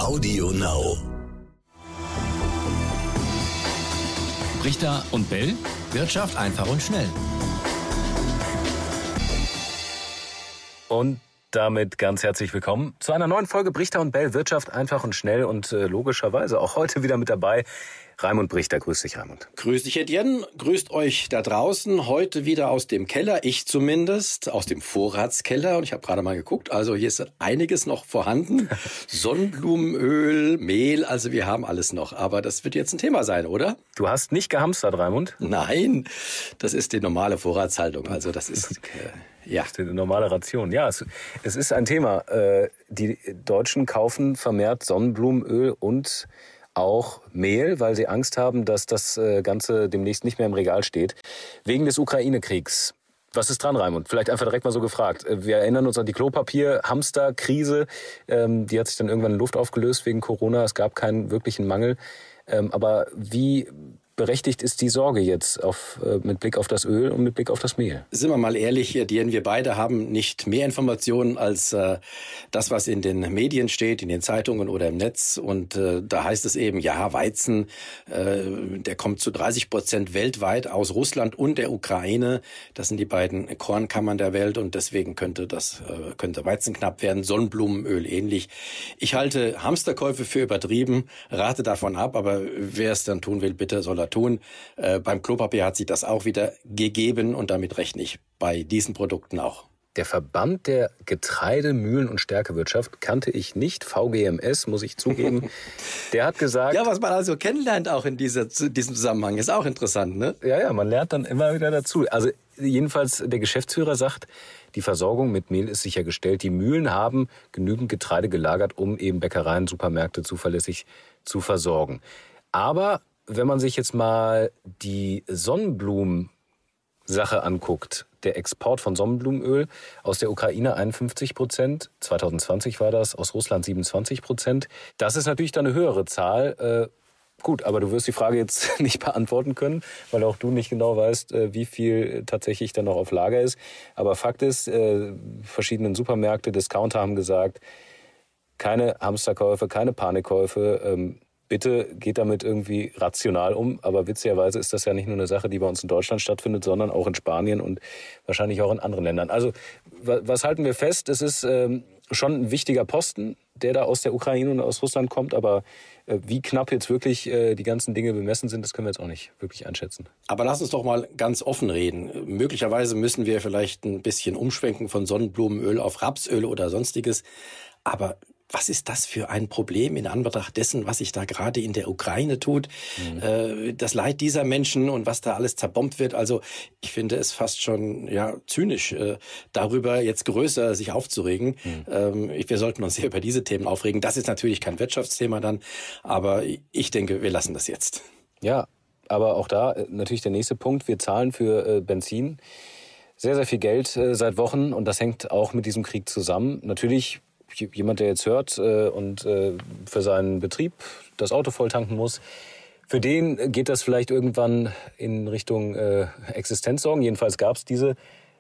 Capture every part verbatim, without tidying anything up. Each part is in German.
Audio Now. Richter und Bell. Wirtschaft einfach und schnell. Und damit ganz herzlich willkommen zu einer neuen Folge Brichter und Bell, Wirtschaft einfach und schnell und äh, logischerweise auch heute wieder mit dabei Raimund Brichter. Grüß dich, Raimund. Grüß dich, Etienne. Grüßt euch da draußen. Heute wieder aus dem Keller, ich zumindest, aus dem Vorratskeller. Und ich habe gerade mal geguckt, also hier ist einiges noch vorhanden. Sonnenblumenöl, Mehl, also wir haben alles noch. Aber das wird jetzt ein Thema sein, oder? Du hast nicht gehamstert, Raimund? Nein, das ist die normale Vorratshaltung. Also das ist... Äh, Ja. Das ist eine normale Ration. Ja, es, es ist ein Thema. Die Deutschen kaufen vermehrt Sonnenblumenöl und auch Mehl, weil sie Angst haben, dass das Ganze demnächst nicht mehr im Regal steht. Wegen des Ukraine-Kriegs. Was ist dran, Raimund? Vielleicht einfach direkt mal so gefragt. Wir erinnern uns an die Klopapier-Hamster-Krise. Die hat sich dann irgendwann in Luft aufgelöst wegen Corona. Es gab keinen wirklichen Mangel. Aber wie berechtigt ist die Sorge jetzt auf, äh, mit Blick auf das Öl und mit Blick auf das Mehl? Sind wir mal ehrlich, Diane, wir beide haben nicht mehr Informationen als äh, das, was in den Medien steht, in den Zeitungen oder im Netz. Und äh, da heißt es eben, ja, Weizen, äh, der kommt zu dreißig Prozent weltweit aus Russland und der Ukraine. Das sind die beiden Kornkammern der Welt und deswegen könnte das äh, könnte Weizen knapp werden, Sonnenblumenöl ähnlich. Ich halte Hamsterkäufe für übertrieben, rate davon ab, aber wer es dann tun will, bitte soll er tun. Äh, beim Klopapier hat sich das auch wieder gegeben und damit rechne ich bei diesen Produkten auch. Der Verband der Getreide-, Mühlen- und Stärkewirtschaft kannte ich nicht, V G M S, muss ich zugeben. Der hat gesagt... Ja, was man also kennenlernt auch in dieser, diesem Zusammenhang, ist auch interessant, ne? Ja, ja, man lernt dann immer wieder dazu. Also jedenfalls der Geschäftsführer sagt, die Versorgung mit Mehl ist sichergestellt. Die Mühlen haben genügend Getreide gelagert, um eben Bäckereien, Supermärkte zuverlässig zu versorgen. Aber wenn man sich jetzt mal die Sonnenblumen-Sache anguckt, der Export von Sonnenblumenöl aus der Ukraine einundfünfzig Prozent, zwanzig zwanzig war das, aus Russland siebenundzwanzig Prozent. Das ist natürlich dann eine höhere Zahl. Äh, gut, aber du wirst die Frage jetzt nicht beantworten können, weil auch du nicht genau weißt, äh, wie viel tatsächlich dann noch auf Lager ist. Aber Fakt ist, äh, verschiedene Supermärkte, Discounter haben gesagt, keine Hamsterkäufe, keine Panikkäufe, ähm, bitte geht damit irgendwie rational um. Aber witzigerweise ist das ja nicht nur eine Sache, die bei uns in Deutschland stattfindet, sondern auch in Spanien und wahrscheinlich auch in anderen Ländern. Also was halten wir fest? Es ist ähm, schon ein wichtiger Posten, der da aus der Ukraine und aus Russland kommt. Aber äh, wie knapp jetzt wirklich äh, die ganzen Dinge bemessen sind, das können wir jetzt auch nicht wirklich einschätzen. Aber lass uns doch mal ganz offen reden. Möglicherweise müssen wir vielleicht ein bisschen umschwenken von Sonnenblumenöl auf Rapsöl oder sonstiges. Aber was ist das für ein Problem in Anbetracht dessen, was sich da gerade in der Ukraine tut? Mhm. Äh, das Leid dieser Menschen und was da alles zerbombt wird. Also ich finde es fast schon ja zynisch, äh, darüber jetzt größer sich aufzuregen. Mhm. Ähm, wir sollten uns sehr über diese Themen aufregen. Das ist natürlich kein Wirtschaftsthema dann, aber ich denke, wir lassen das jetzt. Ja, aber auch da natürlich der nächste Punkt. Wir zahlen für äh, Benzin sehr, sehr viel Geld äh, seit Wochen und das hängt auch mit diesem Krieg zusammen. Natürlich jemand, der jetzt hört äh, und äh, für seinen Betrieb das Auto volltanken muss, für den geht das vielleicht irgendwann in Richtung äh, Existenzsorgen. Jedenfalls gab es diese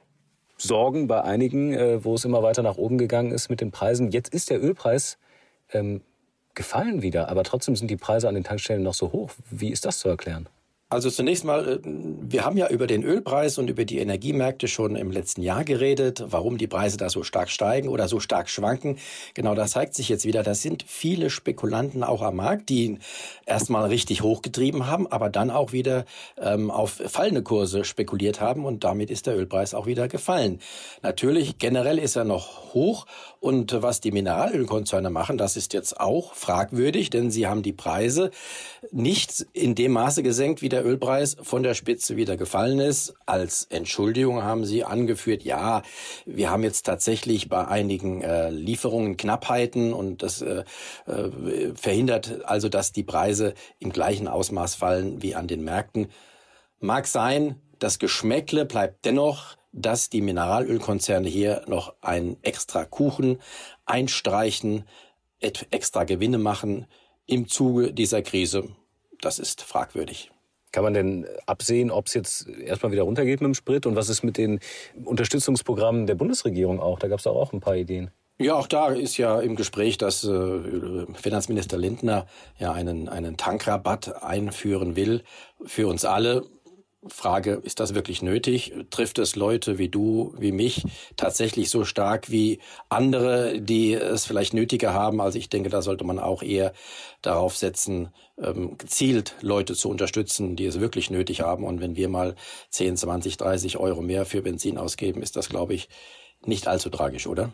Sorgen bei einigen, äh, wo es immer weiter nach oben gegangen ist mit den Preisen. Jetzt ist der Ölpreis ähm, gefallen wieder, aber trotzdem sind die Preise an den Tankstellen noch so hoch. Wie ist das zu erklären? Also zunächst mal, wir haben ja über den Ölpreis und über die Energiemärkte schon im letzten Jahr geredet, warum die Preise da so stark steigen oder so stark schwanken. Genau das zeigt sich jetzt wieder. Das sind viele Spekulanten auch am Markt, die ihn erstmal richtig hochgetrieben haben, aber dann auch wieder ähm, auf fallende Kurse spekuliert haben und damit ist der Ölpreis auch wieder gefallen. Natürlich, generell ist er noch hoch und was die Mineralölkonzerne machen, das ist jetzt auch fragwürdig, denn sie haben die Preise nicht in dem Maße gesenkt, wie der Ölpreis von der Spitze wieder gefallen ist. Als Entschuldigung haben sie angeführt, ja, wir haben jetzt tatsächlich bei einigen äh, Lieferungen Knappheiten und das äh, äh, verhindert also, dass die Preise im gleichen Ausmaß fallen wie an den Märkten. Mag sein, das Geschmäckle bleibt dennoch, dass die Mineralölkonzerne hier noch einen extra Kuchen einstreichen, extra Gewinne machen im Zuge dieser Krise. Das ist fragwürdig. Kann man denn absehen, ob es jetzt erstmal wieder runtergeht mit dem Sprit? Und was ist mit den Unterstützungsprogrammen der Bundesregierung auch? Da gab es auch ein paar Ideen. Ja, auch da ist ja im Gespräch, dass äh, Finanzminister Lindner ja einen, einen Tankrabatt einführen will für uns alle. Frage, ist das wirklich nötig? Trifft es Leute wie du, wie mich tatsächlich so stark wie andere, die es vielleicht nötiger haben? Also ich denke, da sollte man auch eher darauf setzen, ähm, gezielt Leute zu unterstützen, die es wirklich nötig haben. Und wenn wir mal zehn, zwanzig, dreißig Euro mehr für Benzin ausgeben, ist das, glaube ich, nicht allzu tragisch, oder?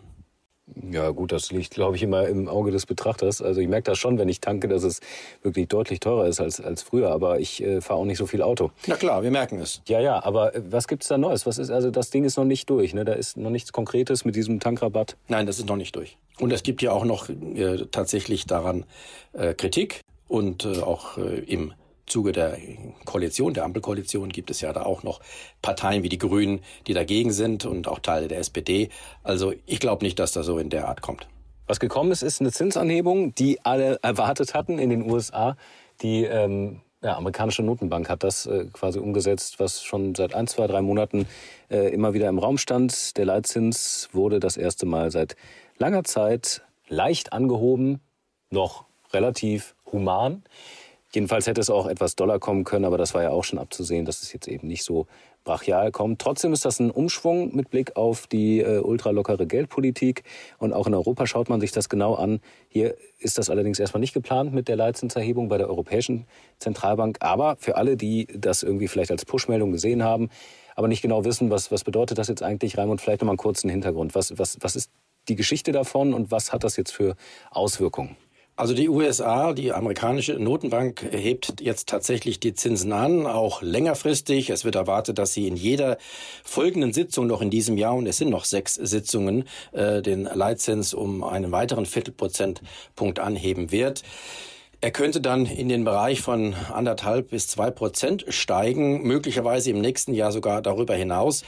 Ja gut, das liegt, glaube ich, immer im Auge des Betrachters. Also ich merke das schon, wenn ich tanke, dass es wirklich deutlich teurer ist als, als früher. Aber ich äh, fahre auch nicht so viel Auto. Na klar, wir merken es. Ja, ja, aber äh, was gibt's da Neues? Was ist, also das Ding ist noch nicht durch, ne? Da ist noch nichts Konkretes mit diesem Tankrabatt. Nein, das ist noch nicht durch. Und es gibt ja auch noch äh, tatsächlich daran äh, Kritik. Und äh, auch äh, im Zuge der Koalition, der Ampelkoalition, gibt es ja da auch noch Parteien wie die Grünen, die dagegen sind und auch Teile der S P D. Also ich glaube nicht, dass das so in der Art kommt. Was gekommen ist, ist eine Zinsanhebung, die alle erwartet hatten in den U S A. Die ähm, ja, amerikanische Notenbank hat das äh, quasi umgesetzt, was schon seit ein, zwei, drei Monaten äh, immer wieder im Raum stand. Der Leitzins wurde das erste Mal seit langer Zeit leicht angehoben, noch relativ human. Jedenfalls hätte es auch etwas doller kommen können, aber das war ja auch schon abzusehen, dass es jetzt eben nicht so brachial kommt. Trotzdem ist das ein Umschwung mit Blick auf die äh, ultralockere Geldpolitik. Und auch in Europa schaut man sich das genau an. Hier ist das allerdings erstmal nicht geplant mit der Leitzinserhebung bei der Europäischen Zentralbank. Aber für alle, die das irgendwie vielleicht als Push-Meldung gesehen haben, aber nicht genau wissen, was, was bedeutet das jetzt eigentlich, Raimund, vielleicht nochmal einen kurzen Hintergrund. Was, was, was ist die Geschichte davon und was hat das jetzt für Auswirkungen? Also die U S A, die amerikanische Notenbank, hebt jetzt tatsächlich die Zinsen an, auch längerfristig. Es wird erwartet, dass sie in jeder folgenden Sitzung noch in diesem Jahr, und es sind noch sechs Sitzungen, äh, den Leitzins um einen weiteren Viertelprozentpunkt anheben wird. Er könnte dann in den Bereich von anderthalb bis zwei Prozent steigen, möglicherweise im nächsten Jahr sogar darüber hinaus.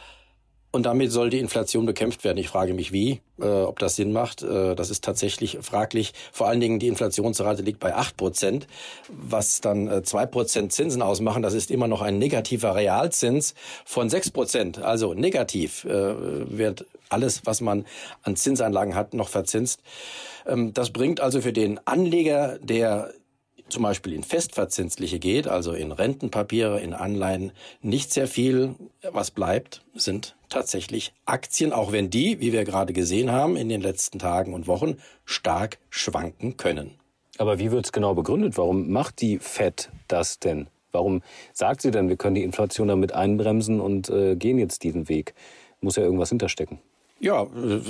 Und damit soll die Inflation bekämpft werden. Ich frage mich, wie, äh, ob das Sinn macht. Äh, das ist tatsächlich fraglich. Vor allen Dingen die Inflationsrate liegt bei acht Prozent, was dann äh, zwei Prozent Zinsen ausmachen. Das ist immer noch ein negativer Realzins von sechs Prozent. Also negativ äh, wird alles, was man an Zinsanlagen hat, noch verzinst. Ähm, das bringt also für den Anleger, der zum Beispiel in Festverzinsliche geht, also in Rentenpapiere, in Anleihen, nicht sehr viel. Was bleibt, sind tatsächlich Aktien, auch wenn die, wie wir gerade gesehen haben, in den letzten Tagen und Wochen stark schwanken können. Aber wie wird es genau begründet? Warum macht die Fed das denn? Warum sagt sie denn, wir können die Inflation damit einbremsen und äh, gehen jetzt diesen Weg? Muss ja irgendwas hinterstecken. Ja,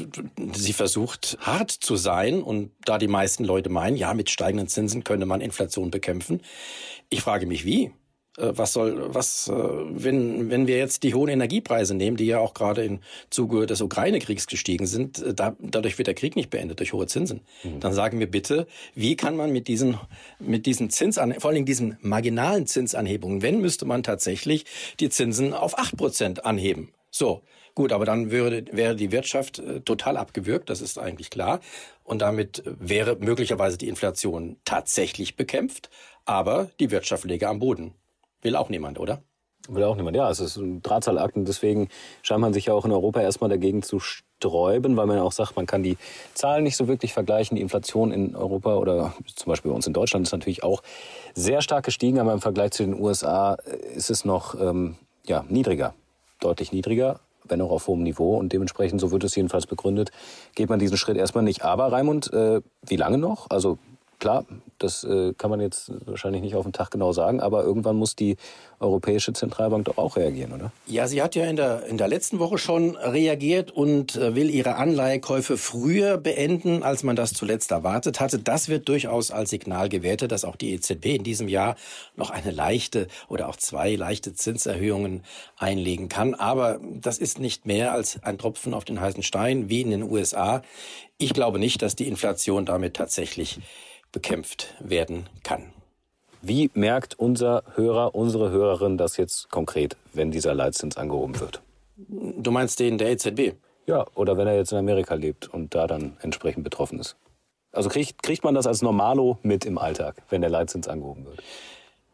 sie versucht hart zu sein und da die meisten Leute meinen, ja, mit steigenden Zinsen könne man Inflation bekämpfen. Ich frage mich, wie? Was soll, was, wenn, wenn wir jetzt die hohen Energiepreise nehmen, die ja auch gerade im Zuge des Ukraine-Kriegs gestiegen sind, da, dadurch wird der Krieg nicht beendet durch hohe Zinsen. Mhm. Dann sagen wir bitte, wie kann man mit diesen, mit diesen Zinsan, vor allem diesen marginalen Zinsanhebungen, wenn, müsste man tatsächlich die Zinsen auf acht Prozent anheben. So. Gut, aber dann wäre, wäre die Wirtschaft äh, total abgewürgt, das ist eigentlich klar. Und damit wäre möglicherweise die Inflation tatsächlich bekämpft, aber die Wirtschaft läge am Boden. Will auch niemand, oder? Will auch niemand, ja. Es ist ein Drahtseilakt und deswegen scheint man sich ja auch in Europa erstmal dagegen zu sträuben, weil man ja auch sagt, man kann die Zahlen nicht so wirklich vergleichen. Die Inflation in Europa oder zum Beispiel bei uns in Deutschland ist natürlich auch sehr stark gestiegen, aber im Vergleich zu den U S A ist es noch ähm, ja, niedriger, deutlich niedriger, wenn auch auf hohem Niveau. Und dementsprechend, so wird es jedenfalls begründet, geht man diesen Schritt erstmal nicht. Aber Raimund, äh, wie lange noch? Also klar, das äh, kann man jetzt wahrscheinlich nicht auf den Tag genau sagen, aber irgendwann muss die Europäische Zentralbank doch auch reagieren, oder? Ja, sie hat ja in der, in der letzten Woche schon reagiert und äh, will ihre Anleihekäufe früher beenden, als man das zuletzt erwartet hatte. Das wird durchaus als Signal gewertet, dass auch die E Z B in diesem Jahr noch eine leichte oder auch zwei leichte Zinserhöhungen einlegen kann. Aber das ist nicht mehr als ein Tropfen auf den heißen Stein, wie in den U S A. Ich glaube nicht, dass die Inflation damit tatsächlich bekämpft werden kann. Wie merkt unser Hörer, unsere Hörerin das jetzt konkret, wenn dieser Leitzins angehoben wird? Du meinst den der E Z B? Ja, oder wenn er jetzt in Amerika lebt und da dann entsprechend betroffen ist. Also kriegt, kriegt man das als Normalo mit im Alltag, wenn der Leitzins angehoben wird?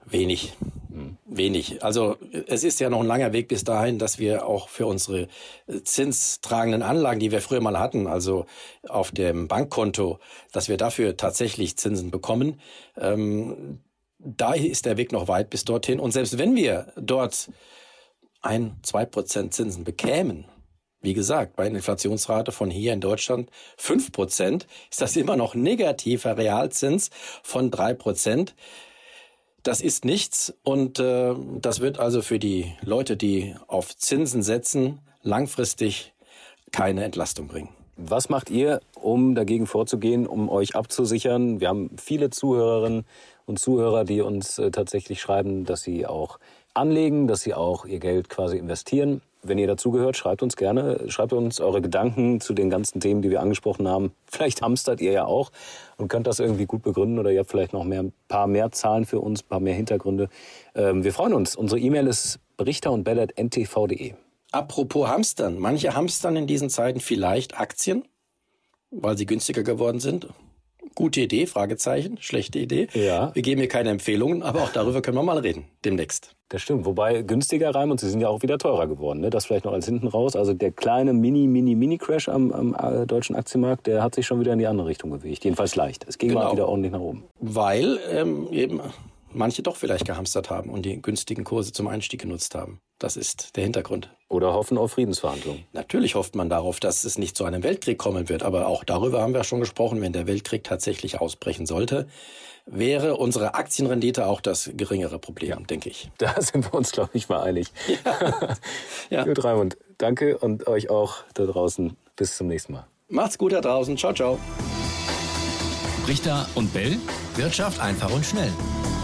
Wenig. Wenig. Also es ist ja noch ein langer Weg bis dahin, dass wir auch für unsere zinstragenden Anlagen, die wir früher mal hatten, also auf dem Bankkonto, dass wir dafür tatsächlich Zinsen bekommen. Ähm, da ist der Weg noch weit bis dorthin. Und selbst wenn wir dort ein, zwei Prozent Zinsen bekämen, wie gesagt, bei einer Inflationsrate von hier in Deutschland fünf Prozent, ist das immer noch negativer Realzins von drei Prozent. Das ist nichts und äh, das wird also für die Leute, die auf Zinsen setzen, langfristig keine Entlastung bringen. Was macht ihr, um dagegen vorzugehen, um euch abzusichern? Wir haben viele Zuhörerinnen und Zuhörer, die uns äh, tatsächlich schreiben, dass sie auch anlegen, dass sie auch ihr Geld quasi investieren. Wenn ihr dazugehört, schreibt uns gerne, schreibt uns eure Gedanken zu den ganzen Themen, die wir angesprochen haben. Vielleicht hamstert ihr ja auch und könnt das irgendwie gut begründen oder ihr habt vielleicht noch mehr, ein paar mehr Zahlen für uns, ein paar mehr Hintergründe. Ähm, wir freuen uns. Unsere E-Mail ist brichter und bell at n t v punkt d e. Apropos Hamstern. Manche hamstern in diesen Zeiten vielleicht Aktien, weil sie günstiger geworden sind. Gute Idee, Fragezeichen, schlechte Idee. Ja. Wir geben hier keine Empfehlungen, aber auch darüber können wir mal reden, demnächst. Das stimmt, wobei günstiger Raimund, sie sind ja auch wieder teurer geworden. Ne? Das vielleicht noch als hinten raus. Also der kleine Mini, Mini, Mini-Crash am, am äh, deutschen Aktienmarkt, der hat sich schon wieder in die andere Richtung bewegt. Jedenfalls leicht. Es ging Genau. mal wieder ordentlich nach oben. Weil ähm, eben manche doch vielleicht gehamstert haben und die günstigen Kurse zum Einstieg genutzt haben. Das ist der Hintergrund. Oder hoffen auf Friedensverhandlungen. Natürlich hofft man darauf, dass es nicht zu einem Weltkrieg kommen wird. Aber auch darüber haben wir schon gesprochen. Wenn der Weltkrieg tatsächlich ausbrechen sollte, wäre unsere Aktienrendite auch das geringere Problem, ja, denke ich. Da sind wir uns, glaube ich, mal einig. Ja. Ja. Gut, Raimund. Danke und euch auch da draußen. Bis zum nächsten Mal. Macht's gut da draußen. Ciao, ciao. Brichter und Bell. Wirtschaft einfach und schnell.